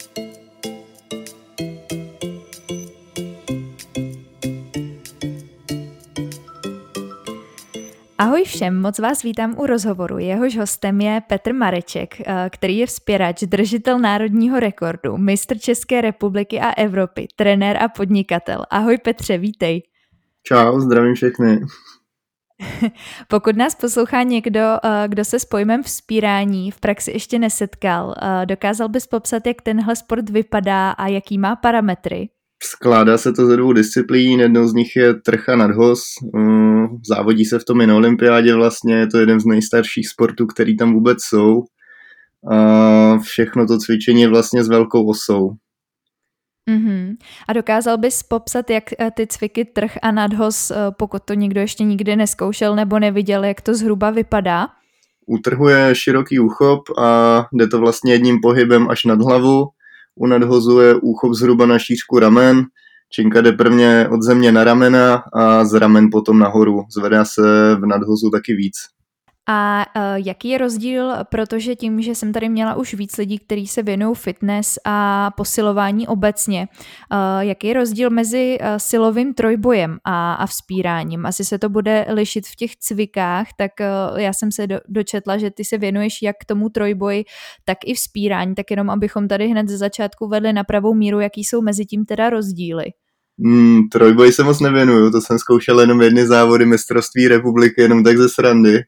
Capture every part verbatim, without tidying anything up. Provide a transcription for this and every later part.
Ahoj všem, moc vás vítám u rozhovoru. Jehož hostem je Petr Mareček, který je vzpěrač, držitel národního rekordu, mistr České republiky a Evropy, trenér a podnikatel. Ahoj Petře, vítej. Čau, zdravím všechny. Pokud nás poslouchá někdo, kdo se s pojmem vzpírání v praxi ještě nesetkal, dokázal bys popsat, jak tenhle sport vypadá a jaký má parametry? Skládá se to ze dvou disciplín, jednou z nich je trh a nadhoz. Závodí se v tom i na olympiádě vlastně, je to jeden z nejstarších sportů, který tam vůbec jsou. A všechno to cvičení je vlastně s velkou osou. Mm-hmm. A dokázal bys popsat, jak ty cviky trh a nadhoz, pokud to někdo ještě nikdy nezkoušel nebo neviděl, jak to zhruba vypadá? U trhu je široký úchop a jde to vlastně jedním pohybem až nad hlavu. U nadhozu je úchop zhruba na šířku ramen, činka jde prvně od země na ramena a z ramen potom nahoru. Zvedá se v nadhozu taky víc. A uh, jaký je rozdíl, protože tím, že jsem tady měla už víc lidí, kteří se věnují fitness a posilování obecně, uh, jaký je rozdíl mezi uh, silovým trojbojem a, a vzpíráním? Asi se to bude lišit v těch cvikách, tak uh, já jsem se do, dočetla, že ty se věnuješ jak tomu trojboji, tak i vzpírání, tak jenom abychom tady hned ze začátku vedli na pravou míru, jaký jsou mezi tím teda rozdíly. Hmm, trojboj se moc nevěnuju, to jsem zkoušel jenom jedny závody mistrovství republiky, jenom tak ze srandy.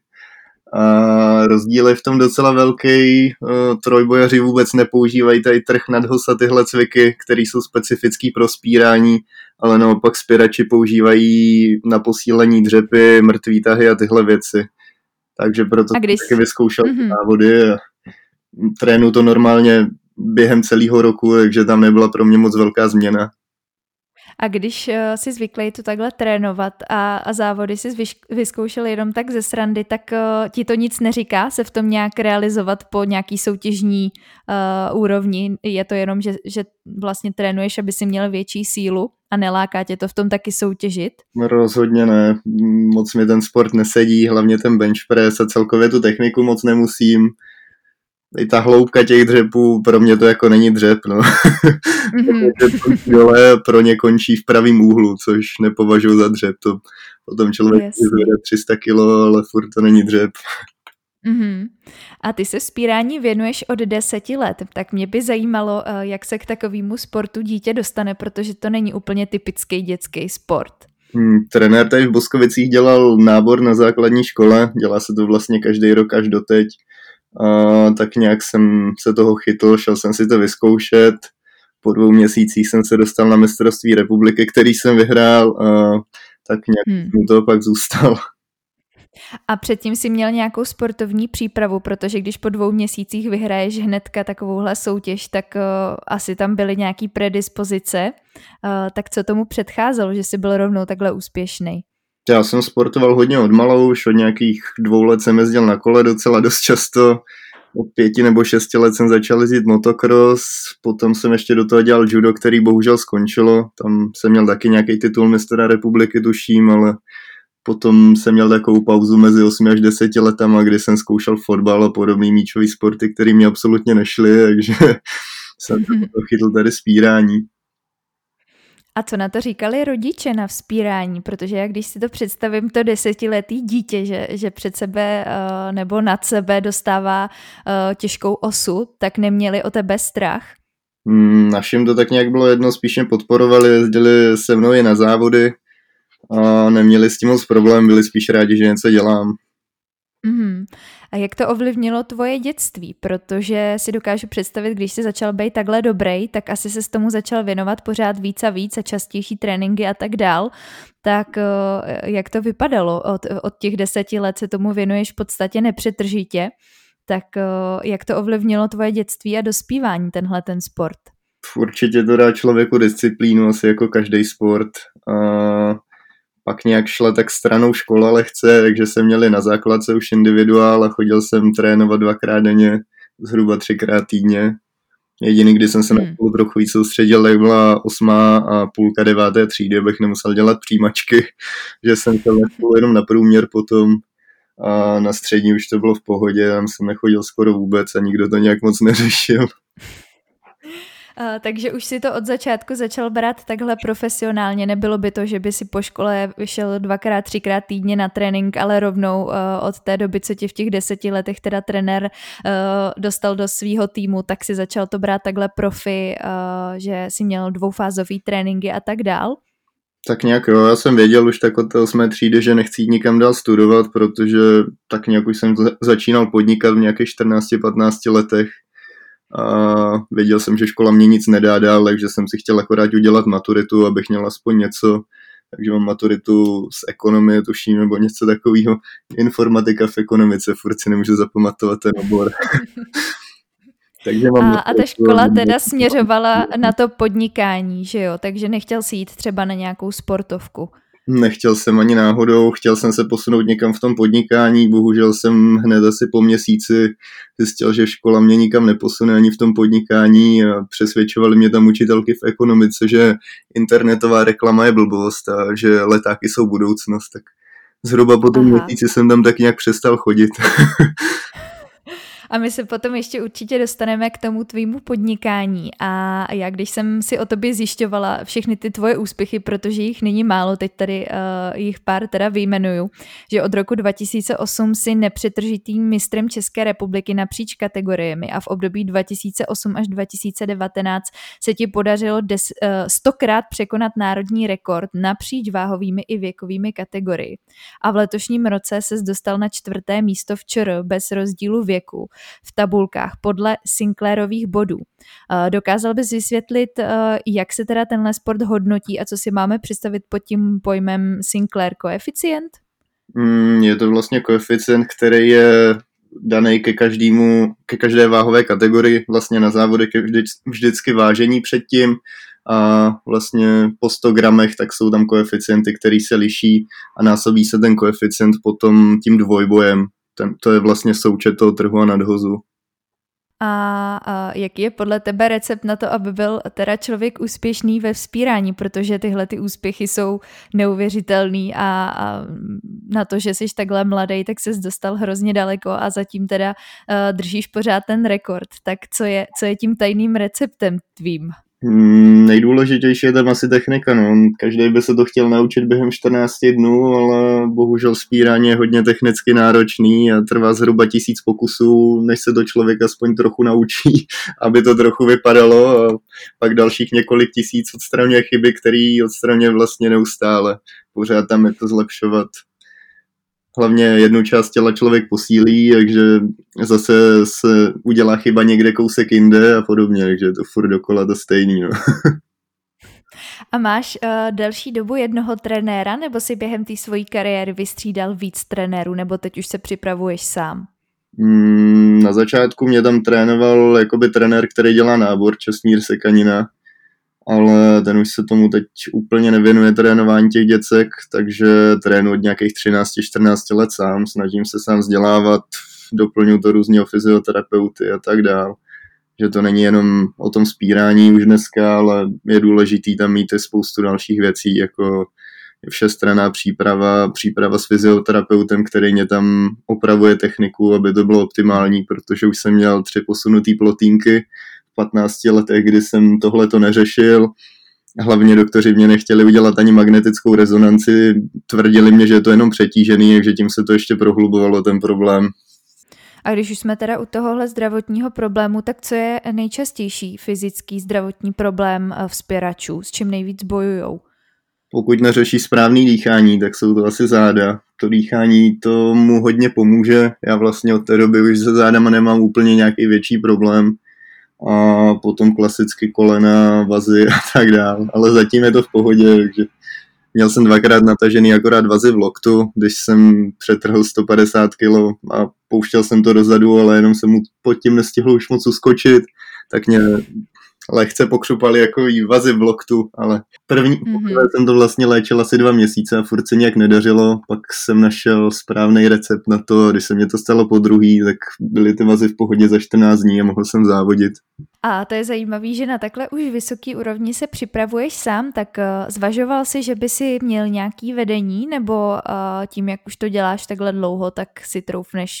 A rozdíl je v tom docela velký. Trojbojaři vůbec nepoužívají tady trh nadhoz a tyhle cviky, které jsou specifický pro vzpírání, ale naopak vzpěrači používají na posílení dřepy, mrtvý tahy a tyhle věci. Takže proto jsem když... taky vyzkoušel mm-hmm. závody a trénu to normálně během celého roku, takže tam nebyla pro mě moc velká změna. A když uh, si zvyklý to takhle trénovat a, a závody si vyš- vyzkoušel jenom tak ze srandy, tak uh, ti to nic neříká se v tom nějak realizovat po nějaký soutěžní uh, úrovni? Je to jenom, že, že vlastně trénuješ, aby si měl větší sílu a neláká tě to v tom taky soutěžit? Rozhodně ne. Moc mi ten sport nesedí, hlavně ten bench press a celkově tu techniku moc nemusím. I ta hloubka těch dřepů, pro mě to jako není dřep, no. Mm-hmm. Dole pro ně končí v pravým úhlu, což nepovažuji za dřep. To potom člověk vyzvede tři sta kilo, ale furt to není dřep. Mm-hmm. A ty se vzpírání věnuješ od deseti let, tak mě by zajímalo, jak se k takovému sportu dítě dostane, protože to není úplně typický dětský sport. Hmm, trenér tady v Boskovicích dělal nábor na základní škole, dělá se to vlastně každý rok až doteď. A tak nějak jsem se toho chytl, šel jsem si to vyzkoušet, po dvou měsících jsem se dostal na mistrovství republiky, který jsem vyhrál a tak nějak hmm. mu to pak zůstal. A předtím jsi měl nějakou sportovní přípravu, protože když po dvou měsících vyhraješ hnedka takovouhle soutěž, tak uh, asi tam byly nějaký predispozice, uh, tak co tomu předcházelo, že jsi byl rovnou takhle úspěšný? Já jsem sportoval hodně od malou, už od nějakých dvou let jsem jezdil na kole docela dost často. Od pěti nebo šesti let jsem začal jezdit motocross, potom jsem ještě do toho dělal judo, který bohužel skončilo. Tam jsem měl taky nějaký titul mistra republiky, tuším, ale potom jsem měl takovou pauzu mezi osmi až deseti letama, kdy jsem zkoušel fotbal a podobný míčový sporty, který mě absolutně nešly, takže jsem to chytl tady vzpírání. A co na to říkali rodiče na vzpírání? Protože jak když si to představím, to desetiletý dítě, že, že před sebe uh, nebo nad sebe dostává uh, těžkou osu, tak neměli o tebe strach? Hmm, našim to tak nějak bylo jedno, spíš mě podporovali, jezdili se mnou i na závody a neměli s tím moc problém, byli spíš rádi, že něco dělám. Mm-hmm. A jak to ovlivnilo tvoje dětství? Protože si dokážu představit, když jsi začal být takhle dobrý, tak asi se s tomu začal věnovat pořád víc a víc a častější tréninky a tak dál. Tak jak to vypadalo? Od, od těch deseti let se tomu věnuješ v podstatě nepřetržitě. Tak jak to ovlivnilo tvoje dětství a dospívání, tenhle ten sport? Určitě to dá člověku disciplínu, asi jako každý sport. A pak nějak šla tak stranou škola lehce, takže jsem měli na základce už individuál a chodil jsem trénovat dvakrát denně, zhruba třikrát týdně. Jediný, kdy jsem se hmm. na školu trochu víc soustředil, tak byla osmá a půlka deváté třídy, abych nemusel dělat přijímačky, že jsem šel na školu jenom na průměr potom a na střední už to bylo v pohodě, tam jsem nechodil skoro vůbec a nikdo to nějak moc neřešil. Uh, takže už si to od začátku začal brát takhle profesionálně. Nebylo by to, že by si po škole vyšel dvakrát, třikrát týdně na trénink, ale rovnou uh, od té doby, co tě v těch deseti letech teda trenér uh, dostal do svýho týmu, tak si začal to brát takhle profi, uh, že si měl dvoufázový tréninky a tak dál? Tak nějak jo, já jsem věděl už tak od té osmé třídy, že nechci jít nikam dál studovat, protože tak nějak už jsem začínal podnikat v nějakých čtrnácti patnácti letech a věděl jsem, že škola mě nic nedá dál, takže jsem si chtěl akorát udělat maturitu, abych měl aspoň něco. Takže mám maturitu z ekonomie, tuším, nebo něco takového. Informatika v ekonomice, furt si nemůžu zapamatovat ten obor. Takže mám a, a ta škola teda směřovala na to podnikání, že jo? Takže nechtěl si jít třeba na nějakou sportovku. Nechtěl jsem ani náhodou, chtěl jsem se posunout někam v tom podnikání, bohužel jsem hned asi po měsíci zjistil, že škola mě nikam neposune ani v tom podnikání a přesvědčovaly mě tam učitelky v ekonomice, že internetová reklama je blbost a že letáky jsou budoucnost, tak zhruba po tom měsíci jsem tam tak nějak přestal chodit. A my se potom ještě určitě dostaneme k tomu tvýmu podnikání a já když jsem si o tobě zjišťovala všechny ty tvoje úspěchy, protože jich není málo, teď tady uh, jich pár teda vyjmenuju, že od roku dva tisíce osm si nepřetržitým mistrem České republiky napříč kategoriemi a v období dva tisíce osm až dva tisíce devatenáct se ti podařilo des, uh, stokrát překonat národní rekord napříč váhovými i věkovými kategorii. A v letošním roce ses dostal na čtvrté místo v ČR bez rozdílu věku v tabulkách podle Sinclairových bodů. Dokázal bys vysvětlit, jak se teda tenhle sport hodnotí a co si máme představit pod tím pojmem Sinclair koeficient? Mm, je to vlastně koeficient, který je daný ke každému, ke každé váhové kategorii, vlastně na závodech je vždy, vždycky vážení předtím a vlastně po sto gramech tak jsou tam koeficienty, který se liší a násobí se ten koeficient potom tím dvojbojem. Ten, to je vlastně součet toho trhu a nadhozu. A, a jaký je podle tebe recept na to, aby byl teda člověk úspěšný ve vzpírání, protože tyhle ty úspěchy jsou neuvěřitelný a, a na to, že jsi takhle mladý, tak ses dostal hrozně daleko a zatím teda uh, držíš pořád ten rekord. Tak co je, co je tím tajným receptem tvým? Hmm, nejdůležitější je tam asi technika, no. Každý by se to chtěl naučit během čtrnácti dnů, ale bohužel vzpírání je hodně technicky náročný a trvá zhruba tisíc pokusů, než se to člověk aspoň trochu naučí, aby to trochu vypadalo a pak dalších několik tisíc odstraňuje chyby, který odstraňuje vlastně neustále. Pořád tam je to zlepšovat. Hlavně jednu část těla člověk posílí, takže zase se udělá chyba někde kousek jinde a podobně, takže je to furt dokola to stejný. No. A máš uh, delší dobu jednoho trenéra, nebo si během té svojí kariéry vystřídal víc trenérů, nebo teď už se připravuješ sám? Mm, na začátku mě tam trénoval jakoby trenér, který dělá nábor, Čestmír Sekanina, ale ten už se tomu teď úplně nevěnuje trénování těch děcek, takže trénuji od nějakých třináct čtrnáct let sám, snažím se sám vzdělávat, doplňuji to různého fyzioterapeuty a tak dál. Že to není jenom o tom spírání už dneska, ale je důležitý tam mít i spoustu dalších věcí, jako všestranná příprava, příprava s fyzioterapeutem, který mě tam opravuje techniku, aby to bylo optimální, protože už jsem měl tři posunutý plotínky v patnácti letech, kdy jsem tohle to neřešil. Hlavně doktoři mě nechtěli udělat ani magnetickou rezonanci, tvrdili mě, že je to jenom přetížený, takže tím se to ještě prohlubovalo ten problém. A když už jsme teda u tohohle zdravotního problému, tak co je nejčastější fyzický zdravotní problém vzpěračů? S čím nejvíc bojujou? Pokud neřeší správný dýchání, tak jsou to asi záda. To dýchání tomu hodně pomůže. Já vlastně od té doby už se zádama nemám úplně nějaký větší problém. A potom klasicky kolena, vazy a tak dál. Ale zatím je to v pohodě, takže měl jsem dvakrát natažený akorát vazy v loktu, když jsem přetrhl sto padesát kilo a pouštěl jsem to dozadu, ale jenom jsem mu pod tím nestihl už moc uskočit, tak mě lehce pokřupaly jako jí vazy v loktu, ale první mm-hmm. jsem to vlastně léčil asi dva měsíce a furt se nějak nedařilo, pak jsem našel správný recept na to a když se mě to stalo po druhý, tak byly ty vazy v pohodě za čtrnáct dní a mohl jsem závodit. A to je zajímavý, že na takhle už vysoký úrovni se připravuješ sám, tak uh, zvažoval jsi, že by si měl nějaký vedení, nebo uh, tím, jak už to děláš takhle dlouho, tak si troufneš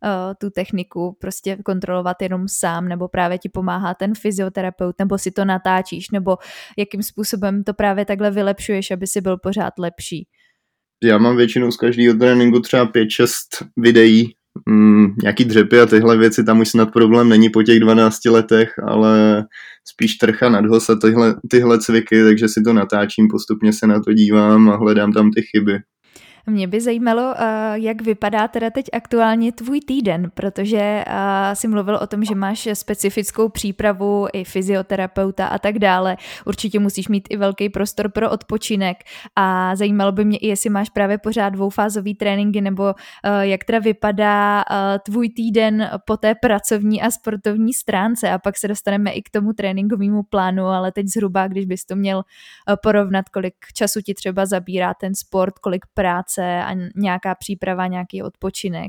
tu techniku prostě kontrolovat jenom sám, nebo právě ti pomáhá ten fyzioterapeut, nebo si to natáčíš, nebo jakým způsobem to právě takhle vylepšuješ, aby si byl pořád lepší? Já mám většinou z každého tréninku třeba pět šest videí, mm, nějaký dřepy a tyhle věci, tam už snad problém není po těch dvanácti letech, ale spíš trcha, nadhoz a tyhle, tyhle cviky, takže si to natáčím, postupně se na to dívám a hledám tam ty chyby. Mě by zajímalo, jak vypadá teda teď aktuálně tvůj týden, protože jsi mluvil o tom, že máš specifickou přípravu i fyzioterapeuta a tak dále. Určitě musíš mít i velký prostor pro odpočinek a zajímalo by mě i, jestli máš právě pořád dvoufázový tréninky, nebo jak teda vypadá tvůj týden po té pracovní a sportovní stránce, a pak se dostaneme i k tomu tréninkovému plánu, ale teď zhruba, když bys to měl porovnat, kolik času ti třeba zabírá ten sport, kolik práce a nějaká příprava, nějaký odpočinek?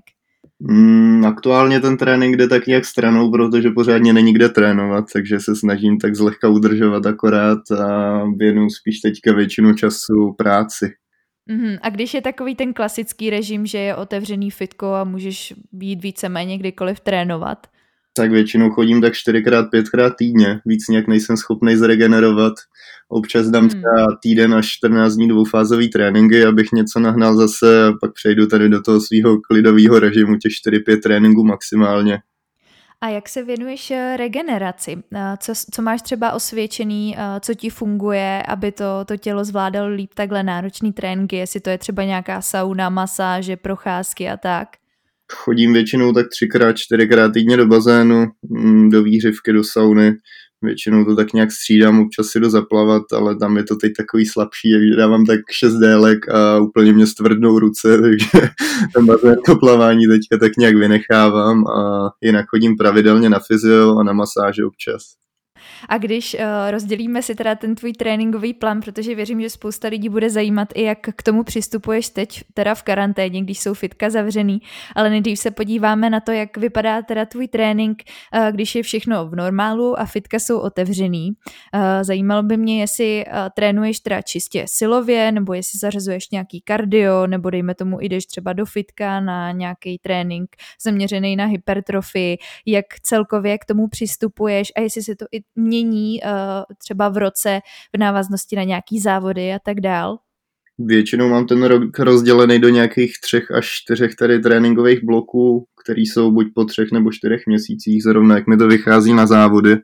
Mm, aktuálně ten trénink jde tak nějak stranou, protože pořádně není kde trénovat, takže se snažím tak zlehka udržovat akorát a věnuju spíš teďka většinu času práci. Mm-hmm. A když je takový ten klasický režim, že je otevřený fitko a můžeš jít víceméně kdykoliv trénovat? Tak většinou chodím tak čtyřikrát, pětkrát týdně, víc nějak nejsem schopný zregenerovat. Občas dám třeba týden až čtrnáct dní dvoufázový tréninky, abych něco nahnal zase a pak přejdu tady do toho svého klidového režimu, těch čtyři pět tréninků maximálně. A jak se věnuješ regeneraci? Co, co máš třeba osvědčený, co ti funguje, aby to, to tělo zvládalo líp takhle náročný tréninky, jestli to je třeba nějaká sauna, masáže, procházky a tak? Chodím většinou tak třikrát, čtyřikrát týdně do bazénu, do výhřivky, do sauny. Většinou to tak nějak střídám, občas si jdu zaplavat, ale tam je to teď takový slabší, takže dávám tak šest délek a úplně mě stvrdnou ruce, takže ten bazén, to plavání teďka tak nějak vynechávám a jinak chodím pravidelně na fyzio a na masáže občas. A když uh, rozdělíme si teda ten tvůj tréninkový plán, protože věřím, že spousta lidí bude zajímat i jak k tomu přistupuješ teď teda v karanténě, když jsou fitka zavřený, ale nejdřív se podíváme na to, jak vypadá teda tvůj trénink, uh, když je všechno v normálu a fitka jsou otevřený. Uh, zajímalo by mě, jestli uh, trénuješ teda čistě silově, nebo jestli zařazuješ nějaký kardio, nebo dejme tomu jdeš třeba do fitka na nějaký trénink zaměřený na hypertrofii, jak celkově k tomu přistupuješ a jestli se to i mění uh, třeba v roce v návaznosti na nějaký závody a tak dál? Většinou mám ten rok rozdělený do nějakých třech až čtyřech tady tréninkových bloků, který jsou buď po třech nebo čtyřech měsících, zrovna jak mi to vychází na závody.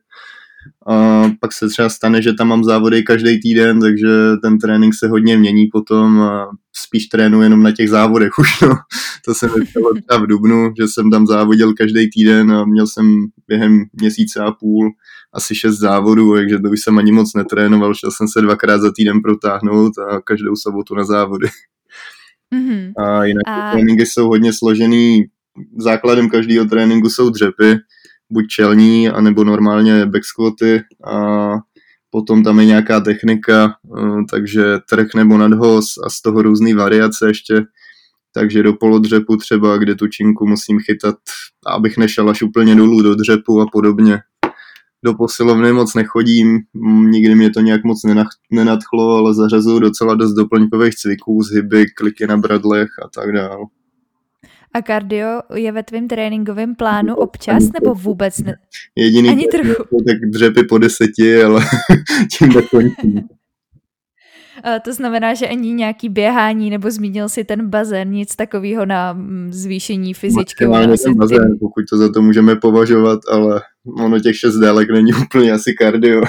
A pak se třeba stane, že tam mám závody každý týden, takže ten trénink se hodně mění potom a spíš trénuji jenom na těch závodech už. No. To se mi stalo třeba v dubnu, že jsem tam závodil každý týden a měl jsem během měsíce a půl asi šest závodů, takže to už jsem ani moc netrénoval, šel jsem se dvakrát za týden protáhnout a každou sobotu na závody. Mm-hmm. A jinak a... tréninky jsou hodně složený, základem každého tréninku jsou dřepy, buď čelní, anebo normálně back squaty a potom tam je nějaká technika, takže trh nebo nadhoz a z toho různý variace ještě, takže do polodřepu třeba, kde tu činku musím chytat, abych nešel až úplně dolů do dřepu a podobně. Do posilovny moc nechodím, nikdy mě to nějak moc nenadchlo, ale zařazuju docela dost doplňkových cviků, zhyby, kliky na bradlech a tak dál. A kardio je ve tvém tréninkovém plánu občas nebo vůbec ne? Jediný ani trochu. Tak dřepy po deseti, ale tím to končí. To znamená, že ani nějaký běhání nebo zmínil si ten bazén, nic takového na zvýšení fyzičky. Maximálně ten bazén, pokud to za to můžeme považovat, ale ono těch šest délek není úplně asi kardio.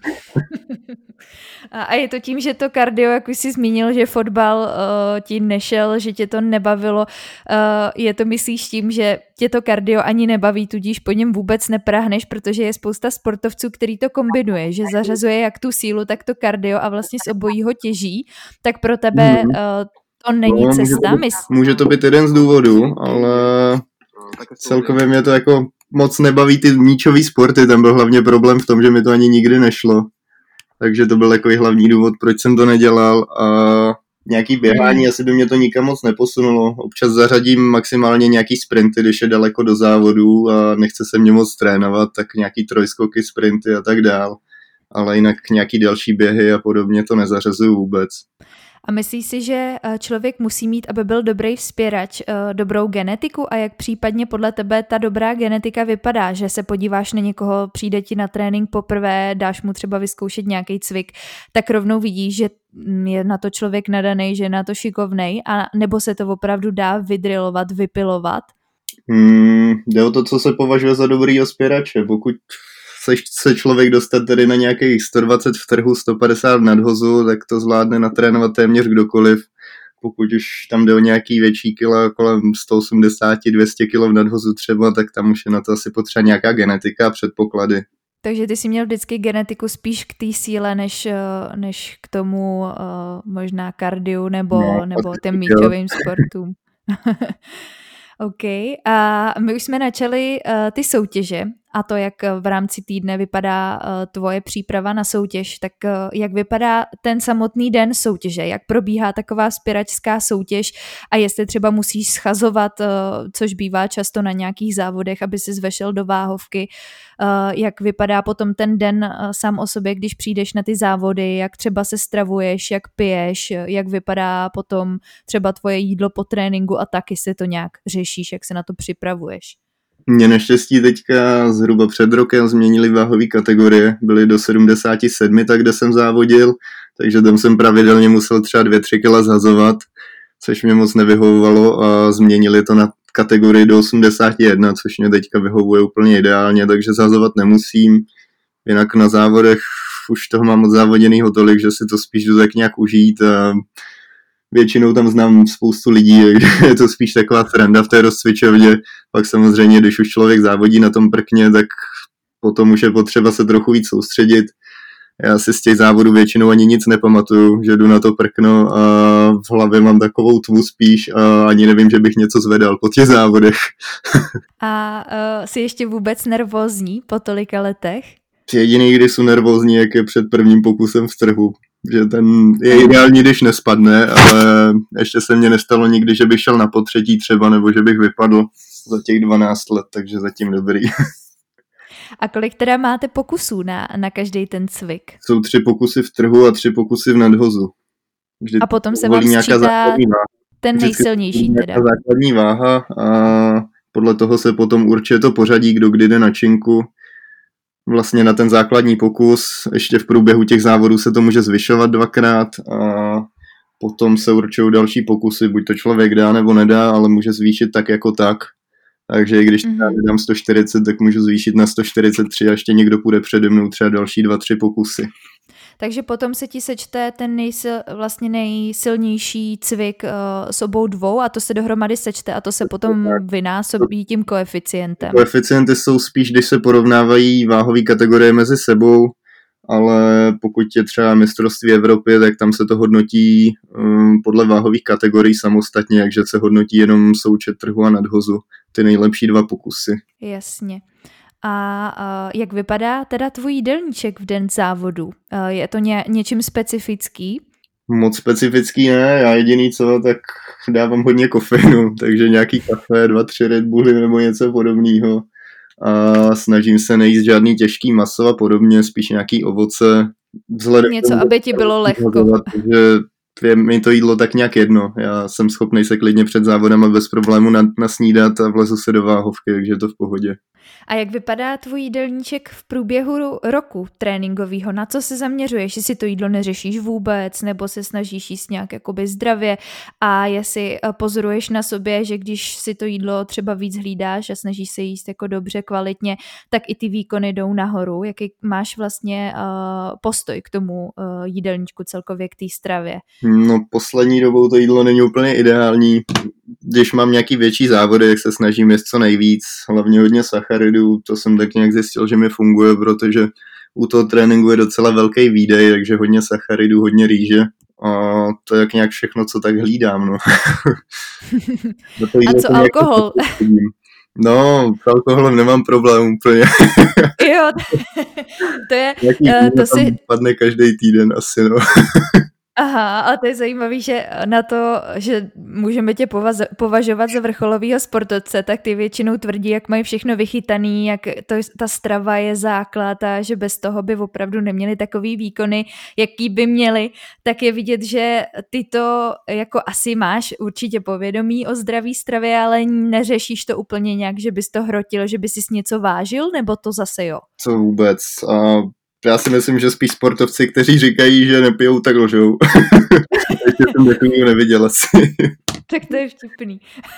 A je to tím, že to kardio, jak už jsi zmínil, že fotbal uh, ti nešel, že tě to nebavilo, uh, je to myslíš tím, že tě to kardio ani nebaví, tudíž po něm vůbec neprahneš, protože je spousta sportovců, který to kombinuje, že zařazuje jak tu sílu, tak to kardio a vlastně z obojího těží, tak pro tebe uh, to není no, cesta. Může to, být, může to být jeden z důvodů, ale celkově mě to jako moc nebaví ty míčový sporty, tam byl hlavně problém v tom, že mi to ani nikdy nešlo. Takže to byl takový hlavní důvod, proč jsem to nedělal a nějaký běhání, asi by mě to nikam moc neposunulo. Občas zařadím maximálně nějaký sprinty, když je daleko do závodu a nechce se mě moc trénovat, tak nějaký trojskoky, sprinty a tak dál. Ale jinak nějaký další běhy a podobně to nezařazuju vůbec. A myslíš si, že člověk musí mít, aby byl dobrý vzpěrač, dobrou genetiku a jak případně podle tebe ta dobrá genetika vypadá, že se podíváš na někoho, přijde ti na trénink poprvé, dáš mu třeba vyzkoušet nějaký cvik, tak rovnou vidíš, že je na to člověk nadaný, že je na to šikovnej, a nebo se to opravdu dá vydrilovat, vypilovat? Hmm, jde o to, co se považuje za dobrýho vzpěrače. Pokud se člověk dostat tedy na nějakých sto dvacet v trhu, sto padesát v nadhozu, tak to zvládne natrénovat téměř kdokoliv. Pokud už tam jde o nějaký větší kila, kolem sto osmdesát dvě stě kilo v nadhozu třeba, tak tam už je na to asi potřeba nějaká genetika a předpoklady. Takže ty jsi měl vždycky genetiku spíš k té síle, než, než k tomu uh, možná kardiu nebo, no, nebo těm míčovým sportům. OK. A my už jsme načali uh, ty soutěže a to, jak v rámci týdne vypadá uh, tvoje příprava na soutěž, tak uh, jak vypadá ten samotný den soutěže, jak probíhá taková vzpěračská soutěž a jestli třeba musíš schazovat, uh, což bývá často na nějakých závodech, aby si zvešel do váhovky, uh, jak vypadá potom ten den uh, sám o sobě, když přijdeš na ty závody, jak třeba se stravuješ, jak piješ, jak vypadá potom třeba tvoje jídlo po tréninku a tak, jestli to nějak řešíš, jak se na to připravuješ. Mě naštěstí teďka zhruba před rokem změnili váhové kategorie, byly do sedmdesát sedm, tak kde jsem závodil, takže tam jsem pravidelně musel třeba dvě tři kila zhazovat, což mě moc nevyhovovalo a změnili to na kategorii do osmdesát jedna, což mě teďka vyhovuje úplně ideálně, takže zhazovat nemusím. Jinak na závodech už toho mám odzávoděnýho tolik, že si to spíš jdu tak nějak užít a většinou tam znám spoustu lidí, je to spíš taková sranda v té rozcvičovně. Pak samozřejmě, když už člověk závodí na tom prkně, tak potom už je potřeba se trochu víc soustředit. Já si z těch závodů většinou ani nic nepamatuju, že jdu na to prkno a v hlavě mám takovou tmu spíš a ani nevím, že bych něco zvedal po těch závodech. A uh, jsi ještě vůbec nervózní po tolika letech? Jediný, kdy jsou nervózní, jak je před prvním pokusem v trhu. Že ten je ideální, když nespadne, ale ještě se mně nestalo nikdy, že bych šel na potřetí třeba, nebo že bych vypadl za těch dvanáct let, takže zatím dobrý. A kolik teda máte pokusů na, na každý ten cvik? Jsou tři pokusy v trhu a tři pokusy v nadhozu. Vždy a potom se vám sčítá ten nejsilnější teda. Základní váha a podle toho se potom určuje to pořadí, kdo kdy jde na činku. Vlastně na ten základní pokus, ještě v průběhu těch závodů se to může zvyšovat dvakrát a potom se určují další pokusy, buď to člověk dá nebo nedá, ale může zvýšit tak jako tak. Takže i když mm-hmm. dám sto čtyřicet, tak můžu zvýšit na sto čtyřicet tři a ještě někdo půjde přede mnou třeba další dva, tři pokusy. Takže potom se ti sečte ten nejsil, vlastně nejsilnější cvik uh, s obou dvou a to se dohromady sečte a to se potom vynásobí tím koeficientem. Koeficienty jsou spíš, když se porovnávají váhové kategorie mezi sebou, ale pokud je třeba mistrovství Evropy, tak tam se to hodnotí um, podle váhových kategorií samostatně, takže se hodnotí jenom součet trhu a nadhozu, ty nejlepší dva pokusy. Jasně. A uh, jak vypadá teda tvůj jídelníček v den závodu? Uh, je to ně, něčím specifický? Moc specifický ne, já jediný co, tak dávám hodně kofeinu, takže nějaký kafe, dva, tři Red Bully nebo něco podobného. A snažím se nejíst žádný těžký maso a podobně, spíš nějaký ovoce. Něco, tomu, aby ti bylo lehko. Takže je mi to jídlo tak nějak jedno. Já jsem schopný se klidně před závodem a bez problému nasnídat a vlezu se do váhovky, takže je to v pohodě. A jak vypadá tvůj jídelníček v průběhu roku tréninkového? Na co se zaměřuješ? Jestli to jídlo neřešíš vůbec, nebo se snažíš jíst nějak jakoby zdravě a jestli pozoruješ na sobě, že když si to jídlo třeba víc hlídáš a snažíš se jíst jako dobře, kvalitně, tak i ty výkony jdou nahoru. Jaký máš vlastně uh, postoj k tomu uh, jídelníčku celkově, k té stravě? No poslední dobou to jídlo není úplně ideální. Když mám nějaký větší závody, jak se snažím jíst co nejvíc, hlavně hodně sacharidů, to jsem tak nějak zjistil, že mi funguje, protože u toho tréninku je docela velký výdej, takže hodně sacharidů, hodně rýže a to je jak nějak všechno, co tak hlídám. No. A co alkohol? No, s alkoholem nemám problém úplně. Jo, to je... Jaký uh, to si... padne každý týden asi, no. Aha, a to je zajímavé, že na to, že můžeme tě povaz- považovat za vrcholovýho sportovce, tak ty většinou tvrdí, jak mají všechno vychytaný, jak to, ta strava je základ a že bez toho by opravdu neměli takový výkony, jaký by měli, tak je vidět, že ty to jako asi máš určitě povědomí o zdraví stravě, ale neřešíš to úplně nějak, že bys to hrotil, že bys si něco vážil, nebo to zase jo? Co vůbec. A já si myslím, že spíš sportovci, kteří říkají, že nepijou, tak lžou. Ještě jsem takový neviděl asi. Tak to je vtipný.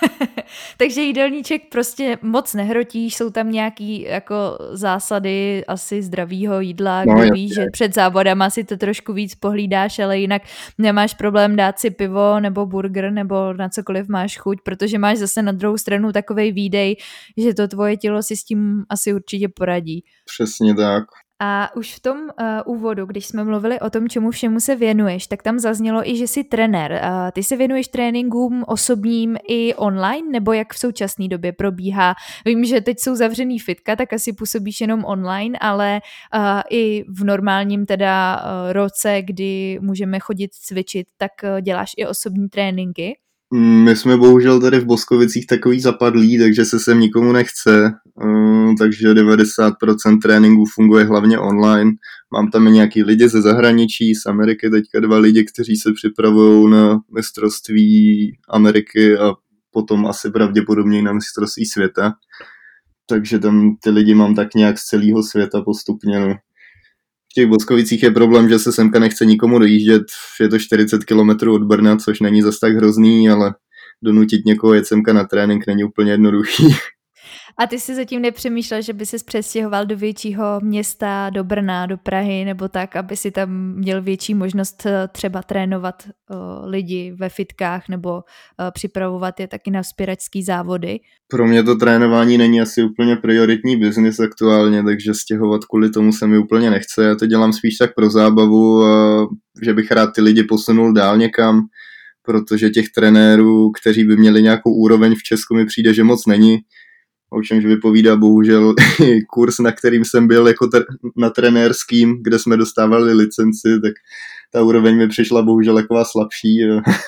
Takže jídelníček prostě moc nehrotíš, jsou tam nějaký jako zásady asi zdravýho jídla, kdo no, ví, že před závodama si to trošku víc pohlídáš, ale jinak nemáš problém dát si pivo nebo burger nebo na cokoliv máš chuť, protože máš zase na druhou stranu takovej výdej, že to tvoje tělo si s tím asi určitě poradí. Přesně tak. A už v tom uh, úvodu, když jsme mluvili o tom, čemu všemu se věnuješ, tak tam zaznělo i, že jsi trenér. Uh, ty se věnuješ tréninkům osobním i online, nebo jak v současné době probíhá? Vím, že teď jsou zavřený fitka, tak asi působíš jenom online, ale uh, i v normálním teda uh, roce, kdy můžeme chodit cvičit, tak uh, děláš i osobní tréninky? My jsme bohužel tady v Boskovicích takový zapadlí, takže se sem nikomu nechce, takže devadesát procent tréninků funguje hlavně online. Mám tam i nějaký lidi ze zahraničí, z Ameriky teďka dva lidi, kteří se připravují na mistrovství Ameriky a potom asi pravděpodobně na mistrovství světa. Takže tam ty lidi mám tak nějak z celého světa postupně, no. V těch Boskovicích je problém, že se semka nechce nikomu dojíždět, je to čtyřicet kilometrů od Brna, což není zas tak hrozný, ale donutit někoho jet semka na trénink není úplně jednoduchý. A ty jsi zatím nepřemýšlel, že by ses přestěhoval do většího města, do Brna, do Prahy, nebo tak, aby si tam měl větší možnost třeba trénovat uh, lidi ve fitkách nebo uh, připravovat je taky na vzpěračský závody? Pro mě to trénování není asi úplně prioritní biznis aktuálně, takže stěhovat kvůli tomu se mi úplně nechce. Já to dělám spíš tak pro zábavu, a že bych rád ty lidi posunul dál někam, protože těch trenérů, kteří by měli nějakou úroveň v Česku, mi přijde, že moc není. O čemž vypovídá bohužel kurz, na kterým jsem byl jako tr- na trenérským, kde jsme dostávali licenci, tak ta úroveň mi přišla bohužel taková slabší.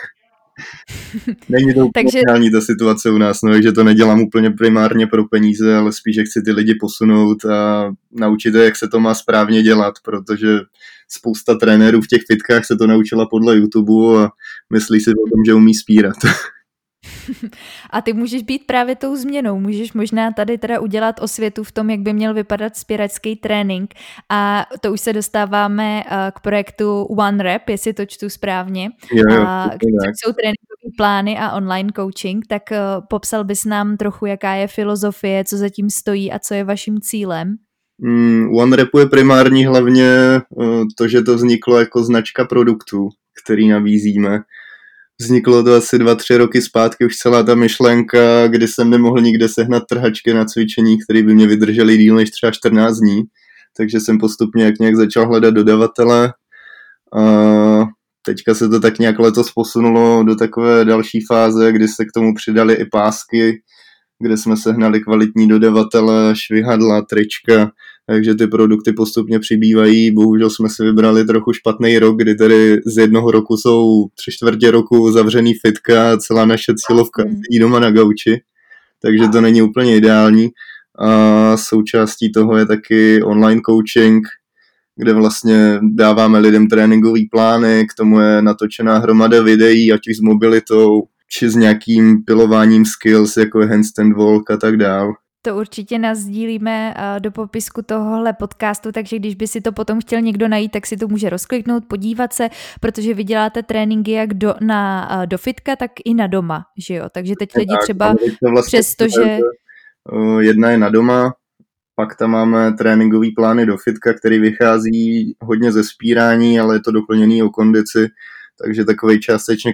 Není to úplně ideální ta situace u nás, no, takže to nedělám úplně primárně pro peníze, ale spíš, že chci ty lidi posunout a naučit je, jak se to má správně dělat, protože spousta trenérů v těch fitkách se to naučila podle YouTube a myslí si o tom, že umí spírat. A ty můžeš být právě tou změnou, můžeš možná tady teda udělat osvětu v tom, jak by měl vypadat spěračský trénink a to už se dostáváme k projektu OneRep, jestli to čtu správně, jo, jo, a kde jsou tréninkové plány a online coaching, tak popsal bys nám trochu, jaká je filozofie, co zatím stojí a co je vaším cílem? Mm, OneRepu je primární hlavně to, že to vzniklo jako značka produktů, který nabízíme. Vzniklo to asi dva, tři roky zpátky, už celá ta myšlenka, kdy jsem nemohl nikde sehnat trhačky na cvičení, které by mě vydržely díl než třeba čtrnáct dní. Takže jsem postupně jak nějak začal hledat dodavatele. A teďka se to tak nějak letos posunulo do takové další fáze, kdy se k tomu přidali i pásky, kde jsme sehnali kvalitní dodavatele, švihadla, trička, takže ty produkty postupně přibývají. Bohužel jsme si vybrali trochu špatný rok, kdy tady z jednoho roku jsou tři čtvrtě roku zavřený fitka a celá naše cílovka sedí doma na gauči, takže to není úplně ideální. A součástí toho je taky online coaching, kde vlastně dáváme lidem tréninkový plány, k tomu je natočená hromada videí, ať už s mobilitou, či s nějakým pilováním skills, jako je handstand walk a tak dál. To určitě nasdílíme do popisku tohohle podcastu, takže když by si to potom chtěl někdo najít, tak si to může rozkliknout, podívat se, protože vy děláte tréninky jak do, na, do fitka, tak i na doma, že jo? Takže teď lidi třeba vlastně přesto, že... Jedna je na doma, pak tam máme tréninkový plány do fitka, který vychází hodně ze spírání, ale je to doplněný o kondici, takže takovej částečně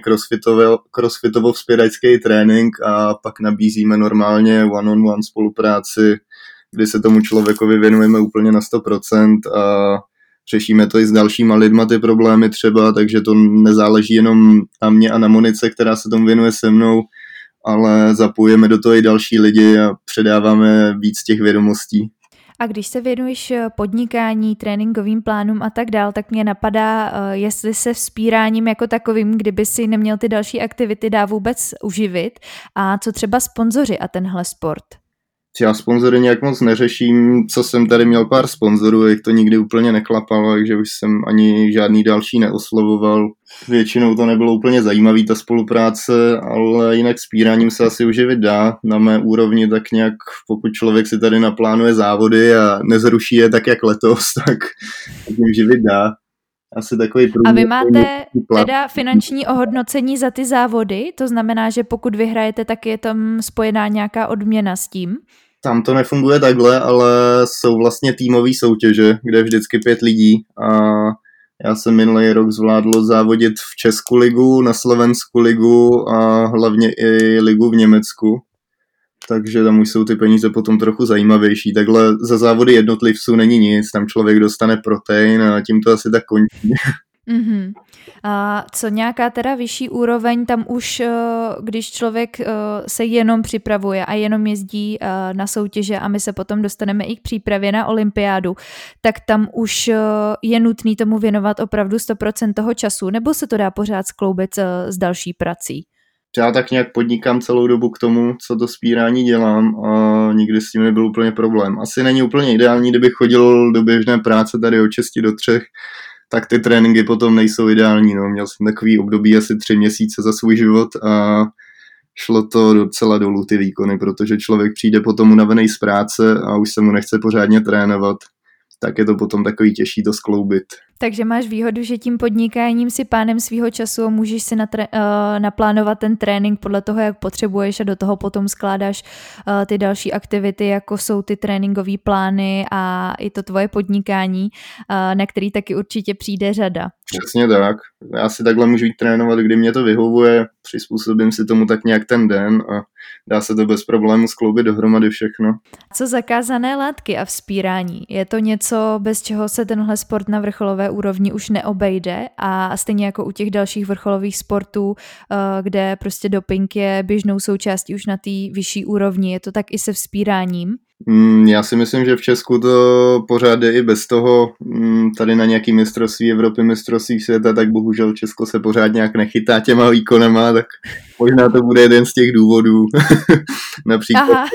crossfitovo-vzpěračský trénink a pak nabízíme normálně one-on-one spolupráci, kdy se tomu člověkovi věnujeme úplně na sto procent a řešíme to i s dalšíma lidma ty problémy třeba, takže to nezáleží jenom na mě a na Monice, která se tomu věnuje se mnou, ale zapojíme do toho i další lidi a předáváme víc těch vědomostí. A když se věnuješ podnikání, tréninkovým plánům a tak dál, tak mě napadá, jestli se vzpíráním jako takovým, kdyby si neměl ty další aktivity, dá vůbec uživit a co třeba sponzoři a tenhle sport? Já sponzory nějak moc neřeším, co jsem tady měl pár sponzorů, jak to nikdy úplně neklapalo, takže už jsem ani žádný další neoslovoval. Většinou to nebylo úplně zajímavý ta spolupráce, ale jinak vzpíráním se asi uživit dá. Na mé úrovni tak nějak, pokud člověk si tady naplánuje závody a nezruší je tak jak letos, tak tím živit dá. Asi takový průměr. A vy máte teda finanční ohodnocení za ty závody? To znamená, že pokud vyhrajete, tak je tam spojená nějaká odměna s tím? Tam to nefunguje takhle, ale jsou vlastně týmové soutěže, kde je vždycky pět lidí a já jsem minulý rok zvládl závodit v Česku ligu, na Slovensku ligu a hlavně i ligu v Německu. Takže tam už jsou ty peníze potom trochu zajímavější. Takhle za závody jednotlivců není nic, tam člověk dostane protein a tím to asi tak končí. Mm-hmm. A co nějaká teda vyšší úroveň, tam už, když člověk se jenom připravuje a jenom jezdí na soutěže a my se potom dostaneme i k přípravě na olympiádu, tak tam už je nutný tomu věnovat opravdu sto procent toho času, nebo se to dá pořád skloubit s další prací? Já tak nějak podnikám celou dobu k tomu, co to vzpírání dělám a nikdy s tím nebyl úplně problém. Asi není úplně ideální, kdybych chodil do běžné práce tady od šesti do třech, tak ty tréninky potom nejsou ideální. No. Měl jsem takový období asi tři měsíce za svůj život a šlo to docela dolů ty výkony, protože člověk přijde potom unavený z práce a už se mu nechce pořádně trénovat. Tak je to potom takový těžší to skloubit. Takže máš výhodu, že tím podnikáním si pánem svýho času můžeš si natré- uh, naplánovat ten trénink podle toho, jak potřebuješ a do toho potom skládáš uh, ty další aktivity, jako jsou ty tréninkové plány a i to tvoje podnikání, uh, na který taky určitě přijde řada. Přesně tak. Já si takhle můžu jít trénovat, kdy mě to vyhovuje, přizpůsobím si tomu tak nějak ten den a dá se to bez problému skloubit dohromady všechno. Co zakázané látky a vzpírání? Je to něco, bez čeho se tenhle sport na vrcholové úrovni už neobejde a stejně jako u těch dalších vrcholových sportů, kde prostě doping je běžnou součástí už na té vyšší úrovni, je to tak i se vzpíráním? Já si myslím, že v Česku to pořád je i bez toho. Tady na nějaký mistrovství Evropy, mistrovství světa, tak bohužel Česko se pořád nějak nechytá těma výkonama, tak možná to bude jeden z těch důvodů. Například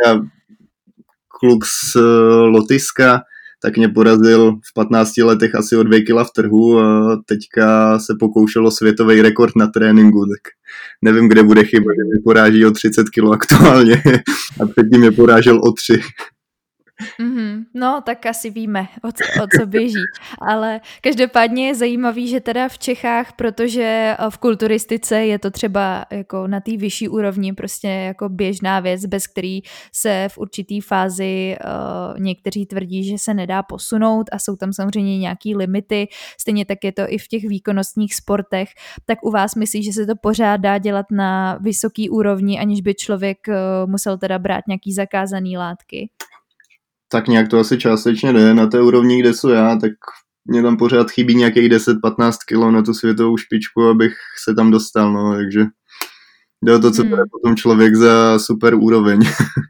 kluk z Lotyšska, tak mě porazil v patnácti letech asi o dvě kila v trhu a teďka se pokoušelo světový rekord na tréninku, tak nevím, kde bude chyba, že mě poráží o třicet kilo aktuálně a předtím mě porážel o tři. Mm-hmm. No, tak asi víme, o co, o co běží. Ale každopádně je zajímavý, že teda v Čechách, protože v kulturistice je to třeba jako na té vyšší úrovni prostě jako běžná věc, bez který se v určitý fázi uh, někteří tvrdí, že se nedá posunout a jsou tam samozřejmě nějaký limity. Stejně tak je to i v těch výkonnostních sportech. Tak u vás myslí, že se to pořád dá dělat na vysoký úrovni, aniž by člověk uh, musel teda brát nějaký zakázaný látky? Tak nějak to asi částečně jde. Na té úrovni, kde jsou já, tak mě tam pořád chybí nějakých deset patnáct kilo na tu světovou špičku, abych se tam dostal, no, takže jde o to, co hmm. bude potom člověk za super úroveň.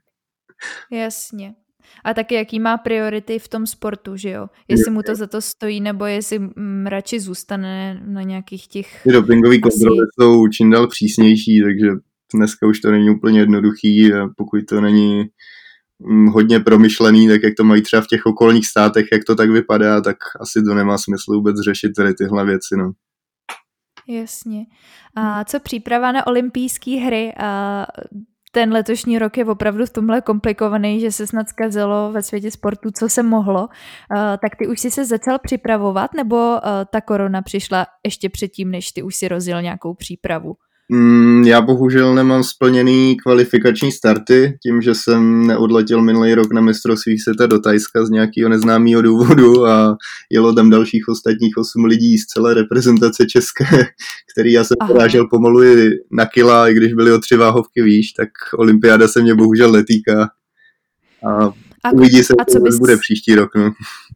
Jasně. A taky jaký má priority v tom sportu, že jo? Jestli mu to za to stojí, nebo jestli mm, radši zůstane na nějakých těch... Ty dopingové kontroly jsou čím dál přísnější, takže dneska už to není úplně jednoduchý a pokud to není hodně promyšlený, tak jak to mají třeba v těch okolních státech, jak to tak vypadá, tak asi to nemá smysl vůbec řešit tady tyhle věci, no. Jasně. A co příprava na olympijské hry? A ten letošní rok je opravdu v tomhle komplikovaný, že se snad zkazilo ve světě sportu, co se mohlo. Tak ty už jsi se začal připravovat, nebo ta korona přišla ještě předtím, než ty už si rozjel nějakou přípravu? Já bohužel nemám splněný kvalifikační starty, tím, že jsem neodletěl minulý rok na mistrovství světa do Thajska z nějakého neznámého důvodu a jelo tam dalších ostatních osm lidí z celé reprezentace české, který já jsem porážel pomalu i na kila, i když byly o tři váhovky výš, tak olympiáda se mě bohužel netýká. A, a uvidí se, co bys... bude příští rok. No.